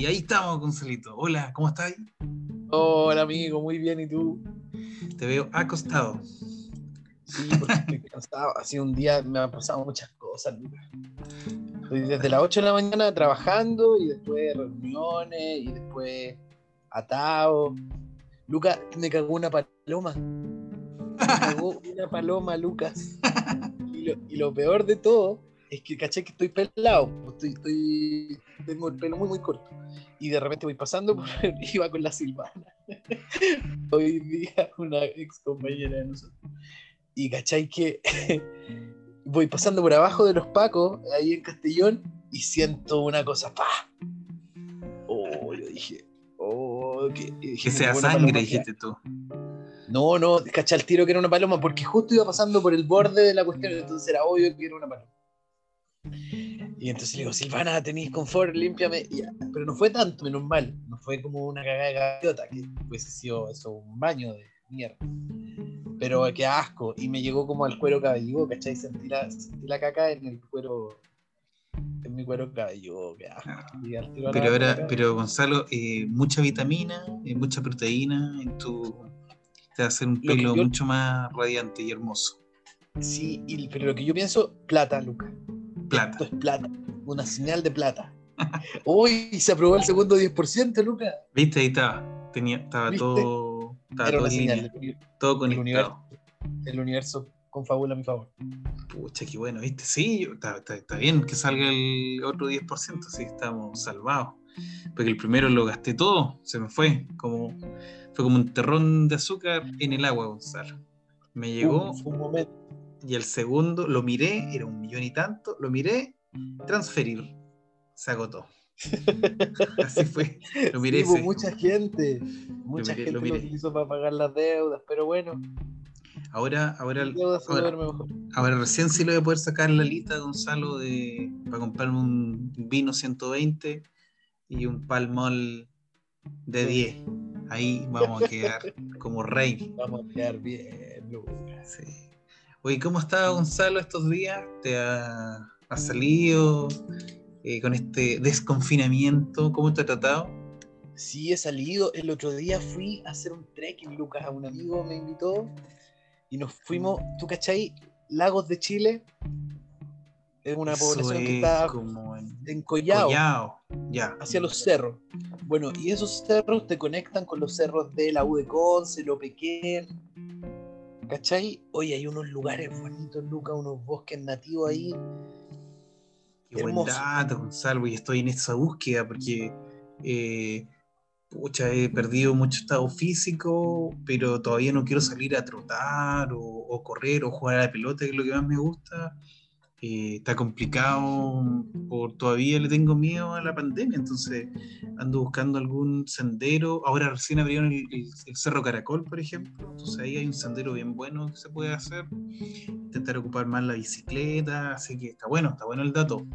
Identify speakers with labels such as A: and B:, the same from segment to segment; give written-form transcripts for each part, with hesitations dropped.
A: Y ahí estamos, Gonzalito. Hola, ¿cómo estás?
B: Hola amigo, muy bien, ¿y tú?
A: Te veo acostado.
B: Sí, porque estoy cansado. Ha sido un día, me han pasado muchas cosas, Lucas. Estoy desde las 8 de la mañana trabajando y después reuniones y después atado. Lucas, me cagó una paloma. Me cagó una paloma, Lucas. Y lo peor de todo es que caché que estoy pelado. Tengo el pelo muy, muy corto. Y de repente voy pasando por iba con la Silvana. Hoy día una ex compañera de nosotros. Y cachai que voy pasando por abajo de los Pacos, ahí en Castellón, y siento una cosa, ¡pah! Oh, yo dije, oh, y dije,
A: Que
B: me
A: sea
B: cagó una
A: sangre,
B: paloma.
A: dijiste tú.
B: No, cachai el tiro que era una paloma, porque justo iba pasando por el borde de la cuestión, entonces era obvio que era una paloma. Y entonces le digo, Silvana, tenéis confort, límpiame. Y ya. Pero no fue tanto, menos mal. No fue como una cagada de gaviota, que hubiese sido eso, un baño de mierda. Pero qué asco. Y me llegó como al cuero cabelludo, ¿cachai? Sentí la caca en el cuero, en mi cuero cabelludo, qué asco.
A: Ah,
B: Y al tiro a
A: Pero
B: lavarme la
A: ahora,
B: cara.
A: pero Gonzalo, mucha vitamina, mucha proteína en tu. Te va a hacer un
B: Lo que
A: pelo
B: yo,
A: mucho más radiante y hermoso.
B: sí, pero lo que yo pienso, plata, Luca. Esto
A: Plata.
B: es plata. Una señal de plata. Uy, se aprobó el segundo 10%, Luca.
A: ¿Viste? Ahí estaba. Estaba
B: ¿Viste?
A: estaba
B: Era
A: todo
B: una
A: en
B: señal.
A: línea, todo
B: El universo,
A: conectado.
B: el universo confabula a mi favor.
A: Pucha, qué bueno, ¿viste? Sí, está bien que salga el otro 10%, sí, estamos salvados. Porque el primero lo gasté todo, se me fue como un terrón de azúcar en el agua, Gonzalo. Me llegó
B: Fue un momento.
A: y el segundo lo miré, era 1 millón y tanto, lo miré, transferir, se agotó. Así fue, lo miré
B: Sí, pues
A: ese,
B: mucha
A: lo
B: gente lo
A: miré.
B: utilizó para pagar las deudas, pero bueno,
A: Ahora, ahora,
B: sin deudas se
A: ahora,
B: duerme mejor.
A: ahora recién sí lo voy a poder sacar la lista, Gonzalo, para comprarme un vino 120 y un palmol de 10. Ahí vamos a quedar como rey.
B: Vamos a quedar bien, Lucas.
A: Sí. Oye, ¿cómo está Gonzalo estos días? ¿Has salido con este desconfinamiento? ¿Cómo te ha tratado?
B: Sí, he salido. El otro día fui a hacer un trekking, Lucas. Un amigo me invitó y nos fuimos, ¿tú cachai? Lagos de Chile, es una
A: Eso
B: población que
A: es
B: está
A: como en
B: en Collao,
A: Collao, ya.
B: hacia los cerros. Bueno, y esos cerros te conectan con los cerros de la U de Conce, Lopequén, ¿cachai? Oye, hay unos lugares bonitos, Lucas, unos bosques nativos ahí,
A: Qué buen
B: hermosos.
A: dato, Gonzalo, y estoy en esa búsqueda porque pucha, he perdido mucho estado físico, pero todavía no quiero salir a trotar o correr o jugar a la pelota, que es lo que más me gusta. Está complicado, todavía le tengo miedo a la pandemia, entonces ando buscando algún sendero. Ahora recién abrieron el Cerro Caracol, por ejemplo, entonces ahí hay un sendero bien bueno que se puede hacer. Intentar ocupar más la bicicleta, así que está bueno el dato.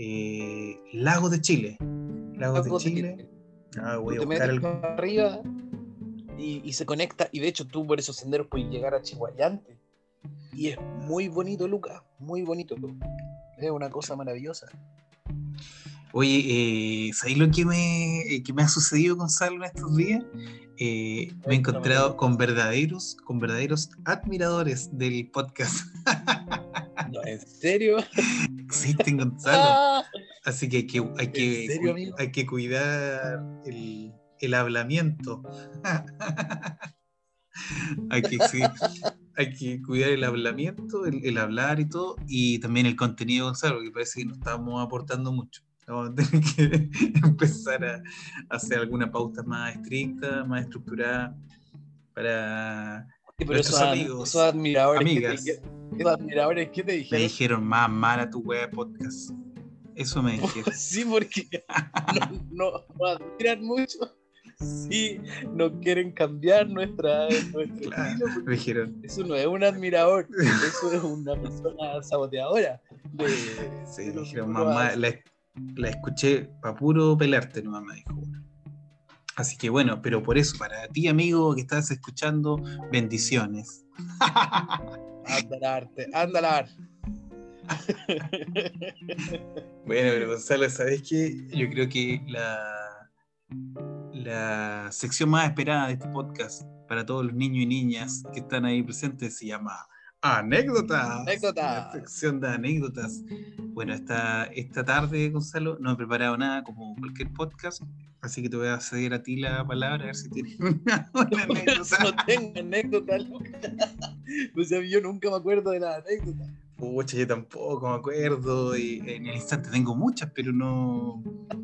A: Lagos de Chile, Lagos de
B: Lagos de
A: Chile.
B: Chile.
A: Voy
B: Tú
A: a
B: te
A: buscar
B: metes
A: el.
B: para arriba y se conecta, y de hecho tú por esos senderos puedes llegar a Chihuayante. Y es muy bonito, Lucas, muy bonito. Es una cosa maravillosa.
A: Oye, ¿sabéis lo que me ha sucedido, Gonzalo, en estos días? Me he
B: Cuéntamelo.
A: encontrado con verdaderos admiradores del podcast.
B: No, ¿en serio?
A: Existen, Gonzalo.
B: ¡Ah!
A: Así que
B: ¿En serio, amigo?
A: hay que cuidar el hablamiento. Sí, hay que cuidar el hablamiento, el hablar y todo, y también el contenido, Gonzalo, que parece que no estamos aportando mucho. Vamos a tener que empezar a hacer alguna pauta más estricta, más estructurada para
B: Sí, pero
A: nuestros
B: esos
A: amigos,
B: admiradores, ¿qué te
A: amigas.
B: dijeron? Esos admiradores, ¿qué te
A: Me
B: dijeron?
A: dijeron más mala tu web podcast. Eso me dijeron.
B: Sí, porque no admiran mucho. Sí, no quieren cambiar nuestro
A: Claro,
B: estilo,
A: me
B: porque
A: dijeron.
B: eso no es un admirador, eso es una persona saboteadora
A: Sí,
B: de
A: me
B: lo que
A: dijeron
B: uno
A: mamá,
B: hace.
A: la escuché para puro pelarte, nomás me dijo uno. Así que bueno, pero por eso, para ti, amigo, que estás escuchando, bendiciones.
B: Anda al arte, anda al arte.
A: Bueno, pero Gonzalo, ¿sabes qué? Yo creo que la sección más esperada de este podcast para todos los niños y niñas que están ahí presentes se llama Anécdotas. La
B: Anécdotas.
A: sección de anécdotas. Bueno, esta tarde, Gonzalo, no he preparado nada como cualquier podcast, así que te voy a ceder a ti la palabra a ver si tienes una anécdota.
B: No tengo anécdotas, Lucas. O sea, yo nunca me acuerdo de las anécdotas.
A: Pucha, yo tampoco me acuerdo, y en el instante tengo muchas, pero no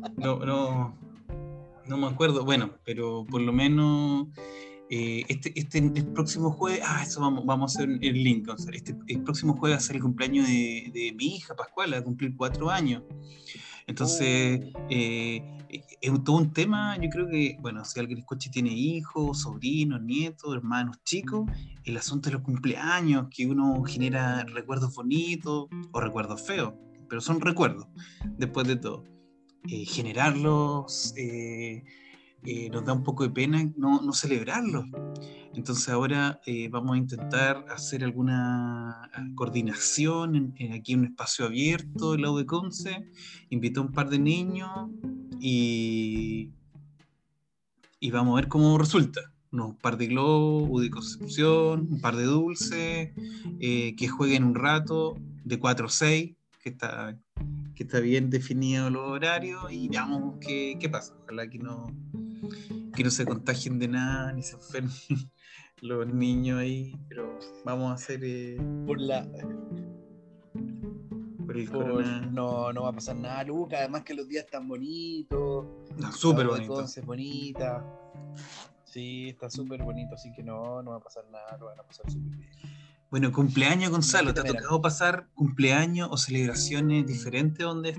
A: me acuerdo. Bueno, pero por lo menos el próximo jueves, eso vamos a hacer el link, Gonzalo. El próximo jueves va a ser el cumpleaños de mi hija Pascual, va a cumplir 4 años. Entonces, es todo un tema. Yo creo que, bueno, si alguien escucha y tiene hijos, sobrinos, nietos, hermanos chicos, el asunto de los cumpleaños, que uno genera recuerdos bonitos o recuerdos feos, pero son recuerdos, después de todo. Generarlos nos da un poco de pena no celebrarlos. Entonces ahora vamos a intentar hacer alguna coordinación aquí en un espacio abierto en la U de Conce. Invité a un par de niños y vamos a ver cómo resulta. Un par de globos, U de Concepción, un par de dulces, que jueguen un rato, de 4 a 6, que está bien definido los horarios, y veamos qué pasa. Ojalá que no se contagien de nada ni se enfermen los niños ahí, pero vamos a hacer
B: Por
A: el corona.
B: No va a pasar nada, Lucas. Además que los días están bonitos.
A: No, súper bonito.
B: Entonces, bonita. Sí, está súper bonito, así que no va a pasar nada, lo van a pasar súper bien.
A: Bueno, cumpleaños, Gonzalo. ¿Te ha tocado pasar cumpleaños o celebraciones diferentes a donde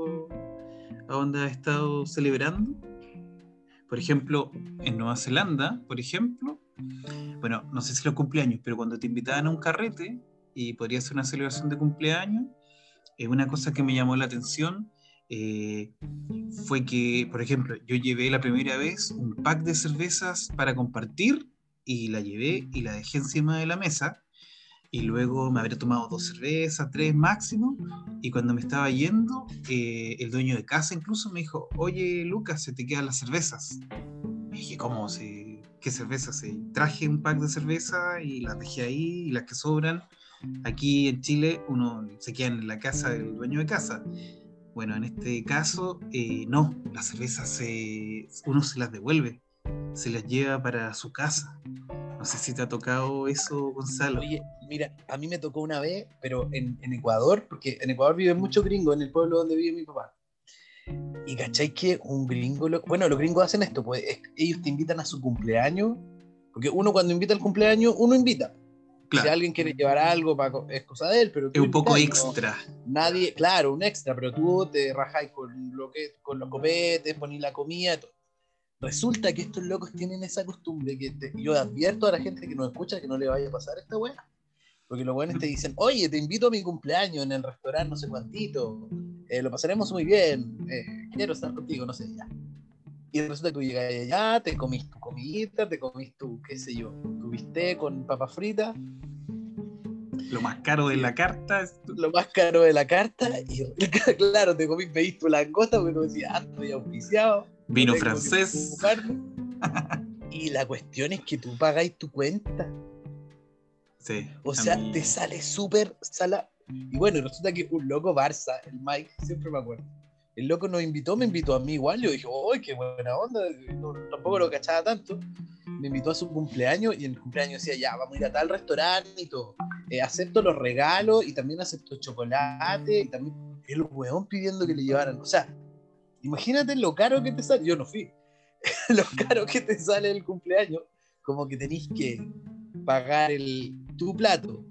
A: has estado celebrando? Por ejemplo, en Nueva Zelanda, por ejemplo, bueno, no sé si los cumpleaños, pero cuando te invitaban a un carrete y podría ser una celebración de cumpleaños, una cosa que me llamó la atención fue que, por ejemplo, yo llevé la primera vez un pack de cervezas para compartir y la llevé y la dejé encima de la mesa, y luego me habría tomado 2 cervezas, 3 máximo, y cuando me estaba yendo, el dueño de casa incluso me dijo: oye, Lucas, se te quedan las cervezas. Y dije: ¿cómo? ¿Qué cervezas? Traje un pack de cerveza y las dejé ahí, y las que sobran, aquí en Chile, uno se quedan en la casa del dueño de casa. Bueno, en este caso, no, las cervezas uno se las devuelve, se las lleva para su casa. No sé si te ha tocado eso, Gonzalo.
B: Oye, mira, a mí me tocó una vez, pero en Ecuador, porque en Ecuador viven muchos gringos, en el pueblo donde vive mi papá. Y cachai que un gringo, bueno, los gringos hacen esto, pues ellos te invitan a su cumpleaños, porque uno cuando invita al cumpleaños, uno invita. Claro. Si alguien quiere llevar algo, es cosa de él, pero tú
A: es un poco extra.
B: Nadie, claro, un extra, pero tú te rajáis con los copetes, ponís la comida y todo. Resulta que estos locos tienen esa costumbre que yo advierto a la gente que nos escucha que no le vaya a pasar esta weá. Porque los weones te dicen: oye, te invito a mi cumpleaños en el restaurante no sé cuántito, lo pasaremos muy bien, quiero estar contigo, no sé, ya. Y resulta que tú llegas allá, te comís tu comidita, te comís tu, qué sé yo, tu bistec con papas fritas.
A: Lo más caro de la carta.
B: Lo más caro de la carta, y claro, te comís, pedís tu langosta porque tú decías: estoy auspiciado.
A: Vino francés.
B: Y la cuestión es que tú pagáis tu cuenta.
A: Sí.
B: O sea, te sale súper sala. Y bueno, resulta que un loco Barça, el Mike, siempre me acuerdo. El loco me invitó a mí igual. Yo dije: ¡ay, qué buena onda! Tampoco lo cachaba tanto. Me invitó a su cumpleaños y en el cumpleaños decía: ya, vamos a ir a tal restaurante y todo. Acepto los regalos y también acepto chocolate. Y también el weón pidiendo que le llevaran. O sea, imagínate lo caro que te sale. Yo no fui. Lo caro que te sale el cumpleaños. Como que tenés que pagar tu plato.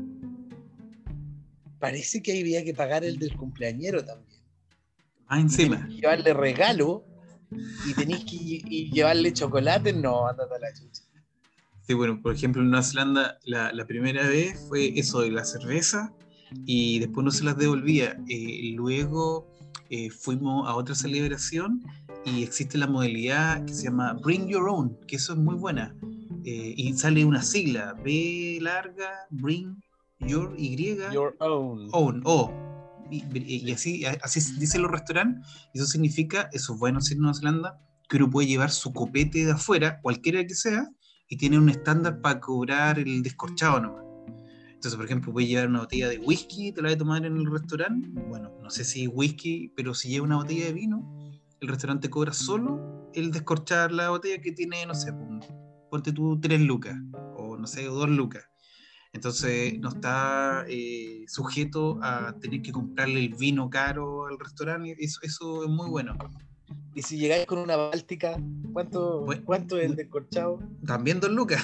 B: Parece que había que pagar el del cumpleañero también.
A: Encima.
B: Tenés que llevarle regalo y tenés que llevarle chocolate. No, ándate a la chucha.
A: Sí, bueno, por ejemplo, en Nueva Zelanda la primera vez fue eso de la cerveza y después no se las devolvía. Luego fuimos a otra celebración y existe la modalidad que se llama Bring Your Own, que eso es muy buena. Y sale una sigla, B larga, Bring Your Y.
B: Your Own.
A: O. Y así dicen los restaurantes, y eso significa, eso es bueno en Nueva Zelanda, que uno puede llevar su copete de afuera, cualquiera que sea, y tiene un estándar para cobrar el descorchado nomás. Entonces, por ejemplo, puedes llevar una botella de whisky, te la vas a tomar en el restaurante. Bueno, no sé si whisky, pero si lleva una botella de vino, el restaurante cobra solo el descorchar la botella que tiene, no sé, ponte tú 3 lucas, o no sé, o 2 lucas. Entonces no está sujeto a tener que comprarle el vino caro al restaurante. Eso es muy bueno.
B: Y si llegáis con una báltica,
A: Bueno,
B: ¿cuánto es el descorchado?
A: también 2 lucas.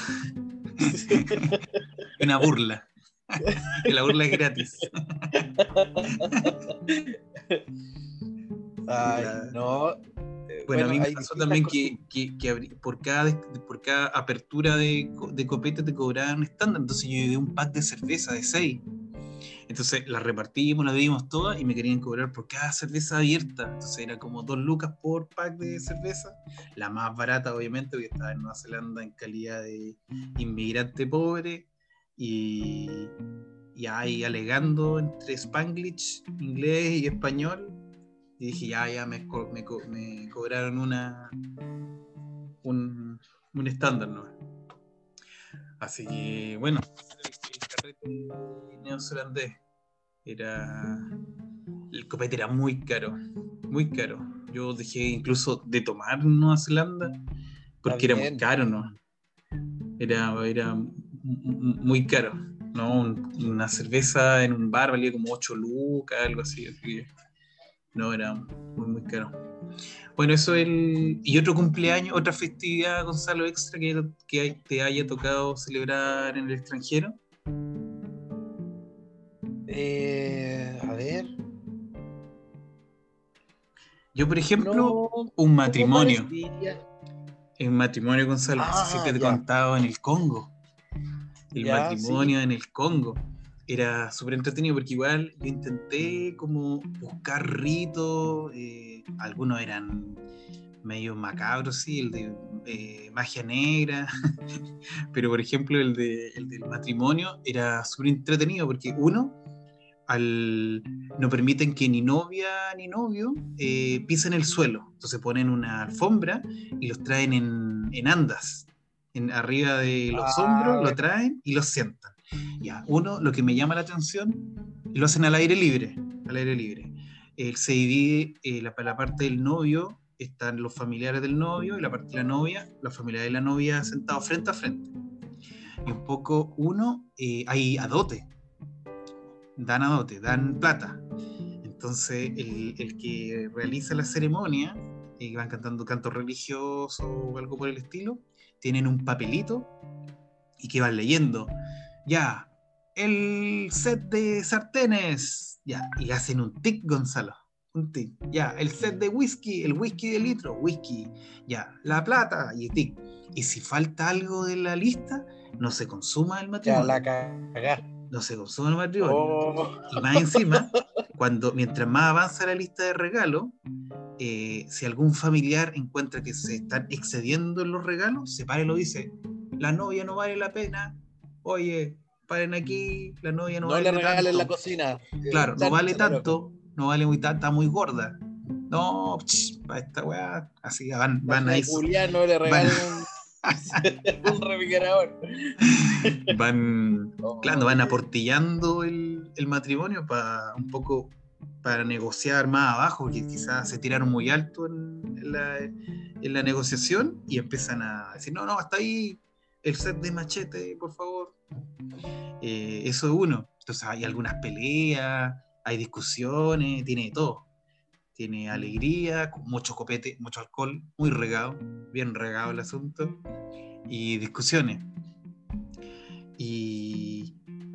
A: Una burla. Que la burla es gratis.
B: Ay, no.
A: Bueno, a mí me
B: hay
A: pasó
B: distintas
A: también
B: cocinas.
A: por cada apertura de copete te cobraban un estándar. Entonces yo llevé un pack de cerveza de 6. Entonces la repartimos, la bebimos todas y me querían cobrar por cada cerveza abierta. Entonces era como 2 lucas por pack de cerveza. La más barata, obviamente, porque estaba en Nueva Zelanda en calidad de inmigrante pobre. Y ahí alegando entre Spanglish, inglés y español. Y dije, ya me cobraron un estándar, ¿no? Así que, bueno, el carrete neozelandés era... El copete era muy caro, muy caro. Yo dejé incluso de tomar en Nueva Zelanda
B: Está
A: porque era muy
B: bien.
A: caro, ¿no? Era muy caro, ¿no? Una cerveza en un bar valía como 8 lucas, algo así. No, era muy caro. Bueno, eso es el... ¿Y otro cumpleaños, otra festividad, Gonzalo, extra que te haya tocado celebrar en el extranjero?
B: A ver.
A: Yo, por ejemplo,
B: No,
A: un
B: ¿cómo
A: matrimonio.
B: pareciera?
A: Un matrimonio, Gonzalo, no sé si
B: Ah,
A: te he
B: ya,
A: contado, en el Congo. El
B: ya, sí.
A: matrimonio en el Congo. Era súper entretenido porque igual yo intenté como buscar ritos, algunos eran medio macabros, sí, el de magia negra, pero por ejemplo el del matrimonio era súper entretenido porque uno, no permiten que ni novia ni novio pisen el suelo, entonces ponen una alfombra y los traen en andas, arriba de los hombros,
B: Ah,
A: lo traen y los sientan. Ya, uno, lo que me llama la atención, lo hacen al aire libre, al aire libre. Se divide la parte del novio, están los familiares del novio, y la parte de la novia, la familia de la novia sentados frente a frente. Y un poco uno, hay adote, dan plata. Entonces el que realiza la ceremonia, van cantando cantos religiosos o algo por el estilo, tienen un papelito y que van leyendo, ya, el set de sartenes, ya, y hacen un tic, Gonzalo, un tic, ya, el set de whisky, el whisky de litro, whisky, ya, la plata, y tic. Y si falta algo de la lista, no se consuma el
B: ya la
A: matrimonio.
B: cagá.
A: No se consume el matrimonio.
B: Oh,
A: Y más encima, mientras más avanza la lista de regalos, si algún familiar encuentra que se están excediendo en los regalos, se para y lo dice, la novia no vale la pena, oye, paren aquí, la novia no
B: no le
A: vale
B: regalen la
A: tanto.
B: cocina.
A: Claro, no vale
B: Chancho la loca.
A: tanto, no vale muy tanto, está muy gorda. No, para esta weá, así
B: La
A: van ahí,
B: fea culiá no le
A: van,
B: regalen un, un refrigerador.
A: claro, van
B: Oye,
A: aportillando el matrimonio para un poco para negociar más abajo, porque quizás se tiraron muy alto en la negociación y empiezan a decir, no, hasta ahí el set de machete, por favor. Eso es uno. Entonces hay algunas peleas, hay discusiones, tiene de todo. Tiene alegría, mucho copete, mucho alcohol, muy regado, bien regado el asunto, y discusiones. Y,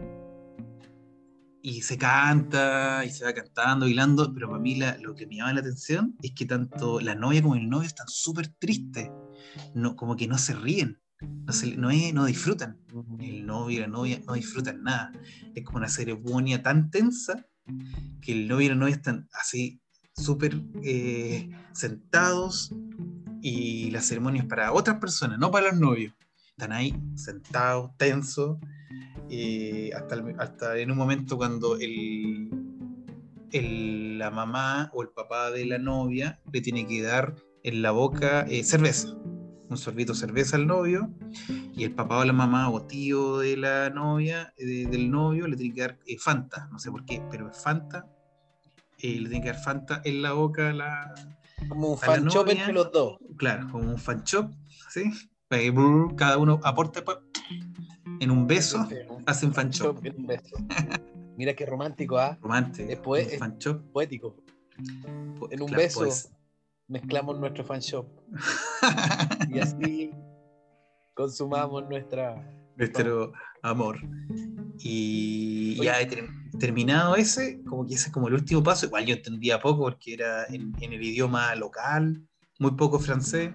A: y se canta, y se va cantando, bailando, pero para mí lo que me llama la atención es que tanto la novia como el novio están súper tristes, no, como que no se ríen, no disfrutan. El novio y la novia no disfrutan nada. Es como una ceremonia tan tensa que el novio y la novia están así súper sentados y la ceremonia es para otras personas, no para los novios. Están ahí sentados, tensos, hasta en un momento cuando la mamá o el papá de la novia le tiene que dar en la boca cerveza, un sorbito de cerveza al novio, y el papá o la mamá o tío de la novia, del novio, le tiene que dar Fanta, no sé por qué, pero es Fanta, le tiene que dar Fanta en la boca
B: Como un
A: a la
B: fan shop entre
A: novia,
B: los dos.
A: claro, como un fan shop, ¿sí? Para que cada uno aporte en un beso,
B: Un
A: hacen fan
B: fan
A: shop.
B: shop en un beso. Mira qué romántico, ¿ah?
A: Romántico, un
B: Es
A: fan shop.
B: poético. En un
A: Claro,
B: beso
A: pues.
B: mezclamos nuestro fan shop. Y así consumamos nuestra.
A: Nuestro amor. Y
B: Oye,
A: ya terminado ese, como que ese es como el último paso. Igual yo entendía poco porque era en el idioma local, muy poco francés.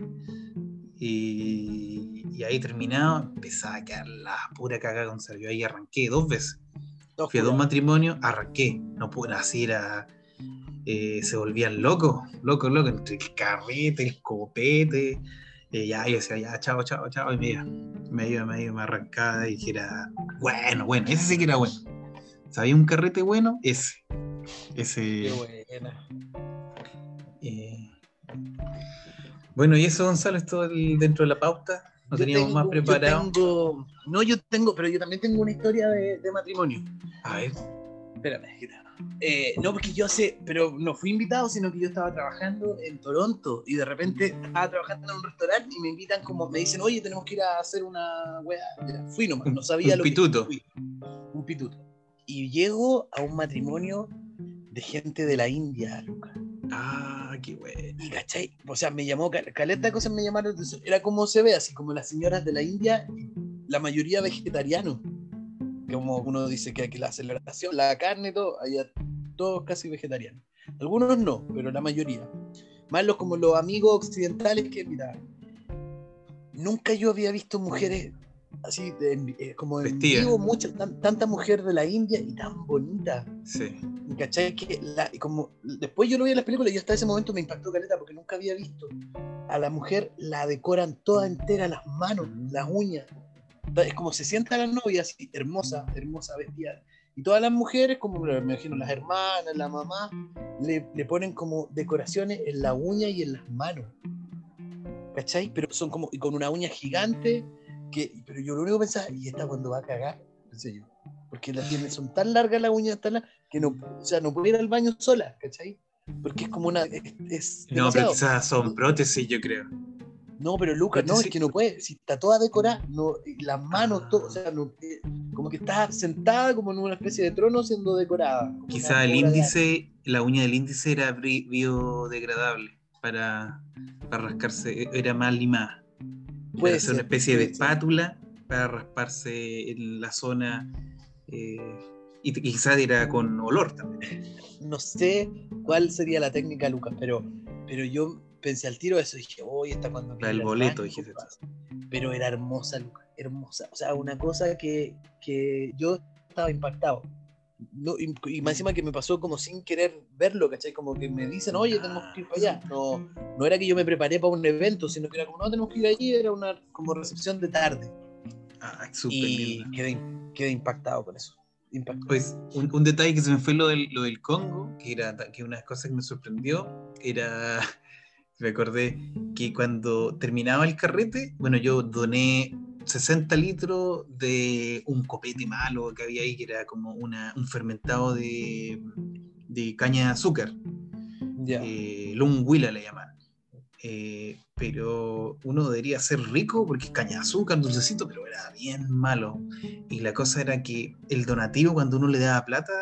A: Y ahí terminado, empezaba a quedar la pura cagada con Sergio. Ahí arranqué 2 veces.
B: todos
A: Fui a 2
B: curados.
A: matrimonios, arranqué. No pude así, se volvían locos, entre el carrete, el copete. Ya, yo decía, ya, chao, chao, chao. Y me arrancaba y que era bueno, ese sí que era bueno. ¿Sabía un carrete bueno? Ese.
B: Qué buena.
A: Eh, bueno, y eso, Gonzalo, es todo dentro de la pauta. No teníamos más preparado.
B: No, pero yo también tengo una historia de matrimonio.
A: A ver.
B: Espérame, no, porque pero no fui invitado, sino que yo estaba trabajando en Toronto y de repente estaba trabajando en un restaurante y me invitan me dicen, oye, tenemos que ir a hacer una wea. Ya, fui nomás, no sabía
A: Un
B: lo
A: pituto.
B: que fui, un pituto. Y llego a un matrimonio de gente de la India, Lucas.
A: Ah, qué bueno.
B: Y cachai, o sea, me llamó, caleta de cosas me llamaron, era como se ve, así como las señoras de la India, la mayoría vegetarianos. Como uno dice que aquí la celebración, la carne, todo, allá todos casi vegetarianos. Algunos no, pero la mayoría. Más como los amigos occidentales que, mira, nunca yo había visto mujeres así, como en
A: Vestida.
B: vivo, tanta mujer de la India y tan bonita.
A: Sí.
B: ¿Cachai? Como, después yo lo vi en las películas y hasta ese momento me impactó caleta porque nunca había visto a la mujer, la decoran toda entera, las manos, las uñas. Es como se sienta la novia así, hermosa vestida. Y todas las mujeres, como me imagino, las hermanas, la mamá, le ponen como decoraciones en la uña y en las manos. ¿Cachai? Pero son como, y con una uña gigante, pero yo lo único que pensaba, ¿y esta cuando va a cagar? Pensé yo. Porque son tan largas las uñas, que no, o sea, no puede ir al baño sola, ¿cachai? Porque es como es
A: No, pero
B: demasiado.
A: quizás son prótesis, yo creo.
B: No, pero Lucas, no, es
A: Prótesis.
B: que no puede, si está toda decorada, no, las manos, todo, o sea, no, como que está sentada como en una especie de trono siendo decorada, como una
A: Quizás el
B: obra de arte.
A: índice, la uña del índice era biodegradable para rascarse, era más limada. Era hacer una especie de
B: Puede ser.
A: espátula para rasparse en la zona eh, y quizás era con olor también.
B: No sé cuál sería la técnica, Lucas, pero yo pensé al tiro eso y dije, oye, está cuando
A: La
B: quiere
A: del
B: ir al
A: boleto,
B: baño,
A: dijiste tú.
B: compadre. Pero era hermosa, Lucas, hermosa. O sea, una cosa que yo estaba impactado. No, y más encima que me pasó como sin querer verlo, ¿cachai? Como que me dicen, oye, tenemos que ir para allá. No, no era que yo me preparé para un evento, sino que era como, no, tenemos que ir allí, era una como recepción de tarde.
A: Ah, súper lindo.
B: Y quedé impactado con eso. Impactado.
A: Pues un detalle que se me fue lo del Congo, que una de las cosas que me sorprendió, era, me acordé que cuando terminaba el carrete, bueno, yo doné 60 litros de un copete malo que había ahí, que era como un fermentado de caña de azúcar,
B: Ya.
A: Lungwila le llaman. Pero uno debería ser rico porque es caña de azúcar, dulcecito, pero era bien malo. Y la cosa era que el donativo, cuando uno le daba plata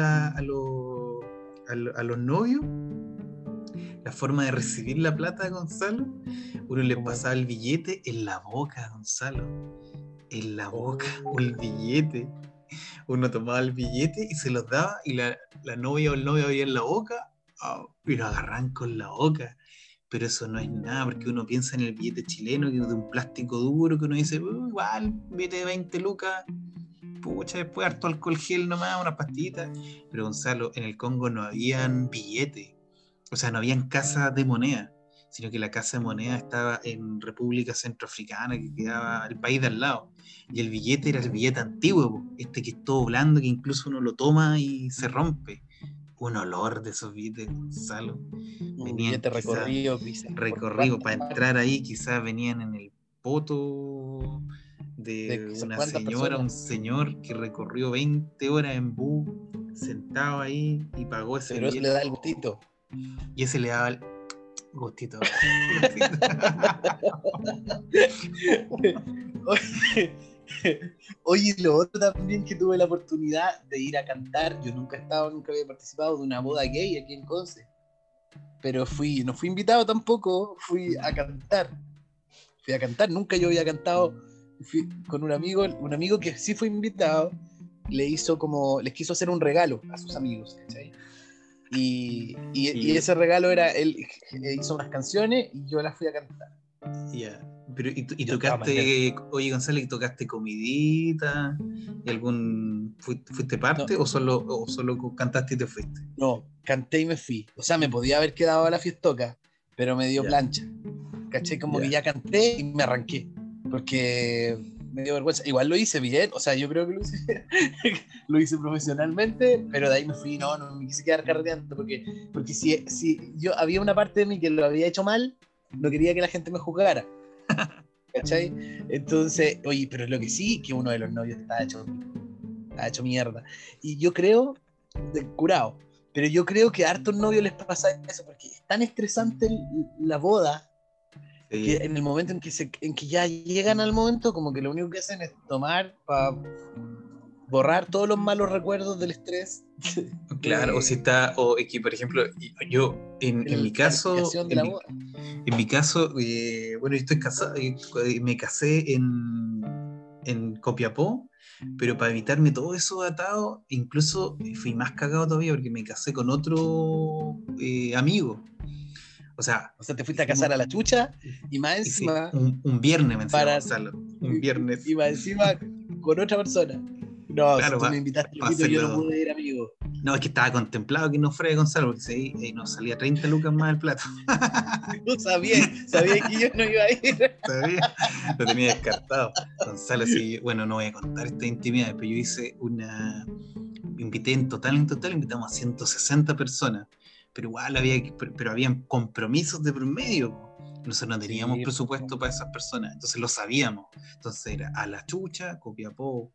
A: a los novios, la forma de recibir la plata a Gonzalo, uno le
B: Como,
A: pasaba el billete en la boca a Gonzalo. En la boca, o el billete. Uno tomaba el billete y se los daba, y la novia o el novio había en la boca, y lo agarran con la boca. Pero eso no es nada, porque uno piensa en el billete chileno, que es de un plástico duro, que uno dice, igual, billete de 20 lucas, pucha, después harto alcohol gel nomás, unas pastillitas. Pero Gonzalo, en el Congo no habían billetes, o sea, no habían casas de moneda, sino que la casa de moneda estaba en República Centroafricana, que quedaba el país de al lado. Y el billete era el billete antiguo, este que es todo blando, que incluso uno lo toma y se rompe. un olor de esos billetes, Gonzalo.
B: Un billete recorrido,
A: recorrido para entrar ahí, quizás venían en el poto de una señora, un señor que recorrió 20 horas en bus, sentado ahí y pagó ese
B: billete. Pero eso le da el gustito.
A: Y ese le daba el gustito.
B: Oye, lo otro también que tuve la oportunidad de ir a cantar, yo nunca había participado de una boda gay aquí en Conce, pero no fui invitado tampoco, fui a cantar, nunca yo había cantado, fui con un amigo que sí fue invitado, les quiso hacer un regalo a sus amigos, ¿cachai? Y ese regalo era, él hizo unas canciones y yo las fui a cantar.
A: Ya. Pero, ¿y tocaste, oye Gonzalo, ¿y tocaste comidita? ¿Fuiste parte o solo cantaste y te fuiste?
B: No, canté y me fui. O sea, me podía haber quedado a la fiestoca, pero me dio plancha. ¿Cachai? Como que ya canté y me arranqué. Porque me dio vergüenza. Igual lo hice bien, o sea, yo creo que lo hice profesionalmente, pero de ahí me fui, no me quise quedar carreteando, porque si yo había una parte de mí que lo había hecho mal, no quería que la gente me juzgara. ¿Cachai? Entonces, oye, pero lo que sí, que uno de los novios estaba hecho mierda. Y yo creo, curado, pero yo creo que a hartos novios les pasa eso, porque es tan estresante la boda, que en el momento en que ya llegan al momento, como que lo único que hacen es tomar para borrar todos los malos recuerdos del estrés.
A: Claro, o es que, por ejemplo, yo, en mi caso, bueno, yo estoy casado, me casé en Copiapó, pero para evitarme todo eso atado, incluso fui más cagado todavía porque me casé con otro amigo. O sea,
B: te fuiste a casar a la chucha y más encima.
A: Un viernes me encima, Gonzalo. Un viernes.
B: Y más encima con otra persona. No,
A: claro,
B: si tú me invitaste, yo no pude ir, amigo.
A: No, es que estaba contemplado que no fuera Gonzalo, porque si nos salía 30 lucas más el plato.
B: Tú sabía que yo no iba a ir.
A: Sabía, lo tenía descartado. Gonzalo, sí, bueno, no voy a contar esta intimidad, pero yo hice invité en total, invitamos a 160 personas, pero igual habían compromisos de por medio. Nosotros no teníamos presupuesto para esas personas, entonces lo sabíamos. Entonces era a la chucha, Copiapó,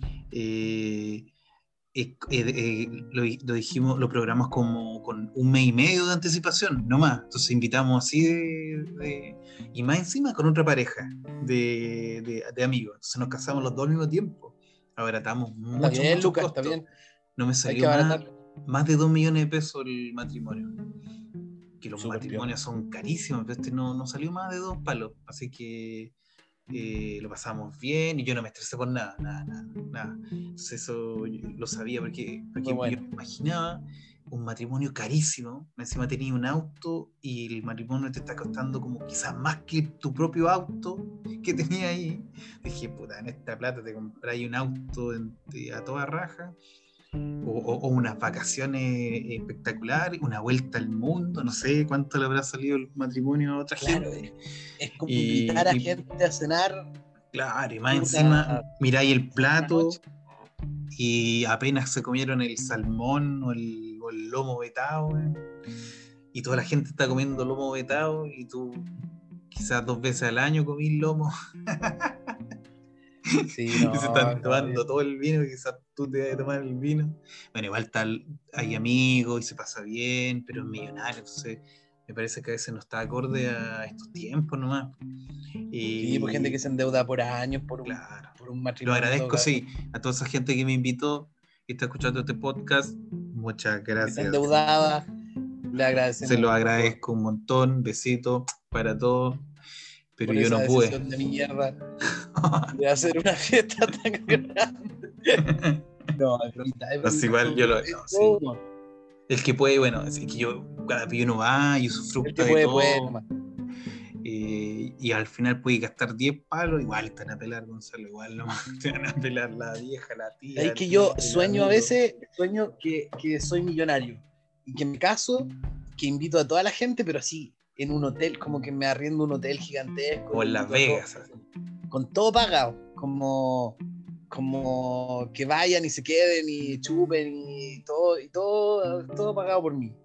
A: lo dijimos, lo programamos como con un mes y medio de anticipación, no más. Entonces invitamos así y más encima con otra pareja de amigos. Entonces nos casamos los dos al mismo tiempo. Abaratamos mucho costo. No me salió más de 2 millones de pesos el matrimonio. Que los matrimonios son carísimos, pero no salió más de 2 palos. Así que lo pasamos bien y yo no me estresé por nada. Entonces eso lo sabía porque yo me imaginaba un matrimonio carísimo, encima tenía un auto y el matrimonio te está costando como quizás más que tu propio auto que tenía ahí. Dije, puta, en esta plata te compráis un auto a toda raja. O unas vacaciones espectaculares, una vuelta al mundo, no sé cuánto le habrá salido el matrimonio a otra gente.
B: Es como invitar a gente a cenar.
A: Claro, y más encima miráis el plato y apenas se comieron el salmón o el lomo vetado, y toda la gente está comiendo lomo vetado y tú quizás 2 veces al año comís lomo.
B: Sí,
A: y se están tomando todo el vino, quizás tú te vas a tomar el vino. Bueno, igual hay amigos y se pasa bien, pero es millonario, entonces me parece que a veces no está acorde a estos tiempos nomás.
B: Sí, por gente que se endeuda por años por un matrimonio.
A: Lo agradezco, sí, a toda esa gente que me invitó y está escuchando este podcast. Muchas gracias.
B: Está endeudada, le agradecemos.
A: Se lo agradezco un montón, besito para todos. Pero
B: por
A: yo
B: esa
A: no pude.
B: De mierda de hacer una fiesta tan grande. No,
A: es igual yo sí. El que puede, bueno, así que yo cada pillo no va, yo uso fruta de todo. Y al final puede gastar 10 palos, igual te van a pelar, Gonzalo, igual no te van a pelar la vieja, la tía.
B: Es que yo sueño a veces, que soy millonario y que me caso, que invito a toda la gente, pero así en un hotel, como que me arriendo un hotel gigantesco.
A: O en Las Vegas.
B: Con todo pagado, como que vayan y se queden y chupen y todo todo pagado por mí.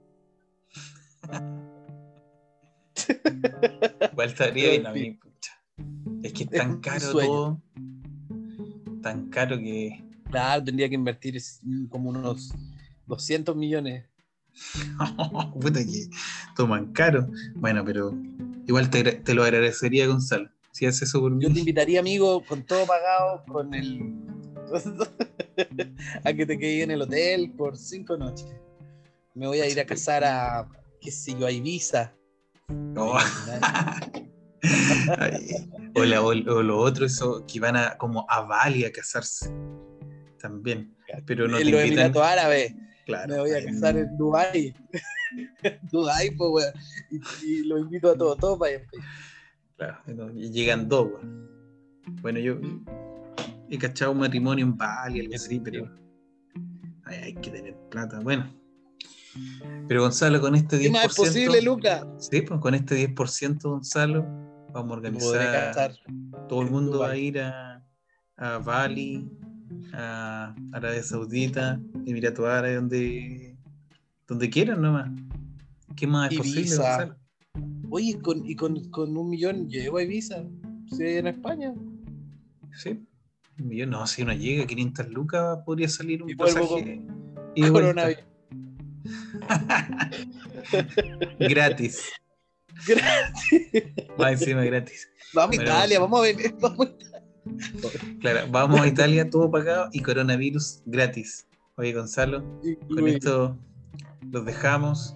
A: Igual estaría bien a mí, pucha. Es que es tan
B: mi
A: caro
B: sueño.
A: todo. Tan caro que.
B: Claro, tendría que invertir como unos 200 millones.
A: Puta que toman caro. Bueno, pero igual te lo agradecería, Gonzalo. Si haces eso por
B: Yo te
A: mí.
B: invitaría, amigo, con todo pagado, con el a que te quedes en el hotel por 5 noches. Me voy a ir a casar a, qué sé yo, a Ibiza. ¿Te
A: Oh.
B: imaginas?
A: Ay, o lo otro, eso que van a como a Bali a casarse también. Pero no te
B: En los
A: invitan.
B: Emiratos Árabes.
A: Claro,
B: Me voy a casar en Dubái. Dubái, pues, weón. Y lo invito a todos para allá.
A: claro, y llegan dos, weón. Bueno, yo he cachado un matrimonio en Bali, algo así, pero hay que tener plata. Bueno, pero Gonzalo, con este
B: ¿Qué más es
A: 10%,
B: posible, Lucas?
A: sí, pues con este 10%, Gonzalo, vamos a
B: Me podré
A: organizar,
B: casar
A: todo el
B: en
A: mundo va a
B: Dubái.
A: ir a Bali, a Arabia Saudita, Emiratos Árabes, donde quieran nomás. ¿Qué más es posible,
B: Ibiza.
A: Gonzalo?
B: Oye, con 1 millón llego a Ibiza. Sí, en España.
A: Sí, un millón, no, si uno llega a 500 lucas podría salir
B: Y
A: un
B: vuelvo
A: pasaje
B: con
A: y de vuelta.
B: coronavirus.
A: Gratis, más encima gratis.
B: Vamos a
A: Bueno,
B: Italia, vamos a ver. Vamos a
A: claro, vamos a Italia, todo pagado y coronavirus gratis. Oye, Gonzalo, con
B: incluido.
A: esto los dejamos.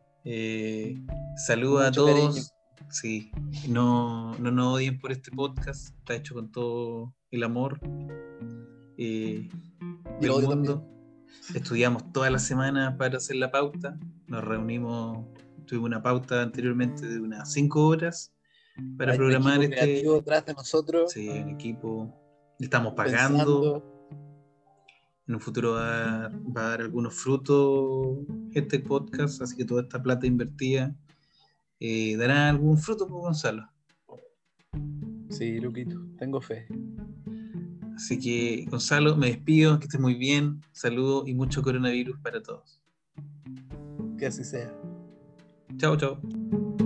B: Con
A: Saluda a
B: mucho cariño.
A: todos. Sí, no nos odien por este podcast. Está hecho con todo el amor
B: Y
A: del
B: lo odio también.
A: mundo. Estudiamos toda la semana para hacer la pauta. Nos reunimos, tuvimos una pauta anteriormente de unas 5 horas para
B: Hay un
A: programar
B: equipo
A: este.
B: creativo detrás de nosotros,
A: Sí, un equipo. Le estamos pagando.
B: pensando.
A: En un futuro va a dar algunos frutos este podcast, así que toda esta plata invertida dará algún fruto, pues, Gonzalo.
B: Sí, Luquito, tengo fe.
A: Así que, Gonzalo, me despido, que estés muy bien. Saludos y mucho coronavirus para todos.
B: Que así sea.
A: Chao, chao.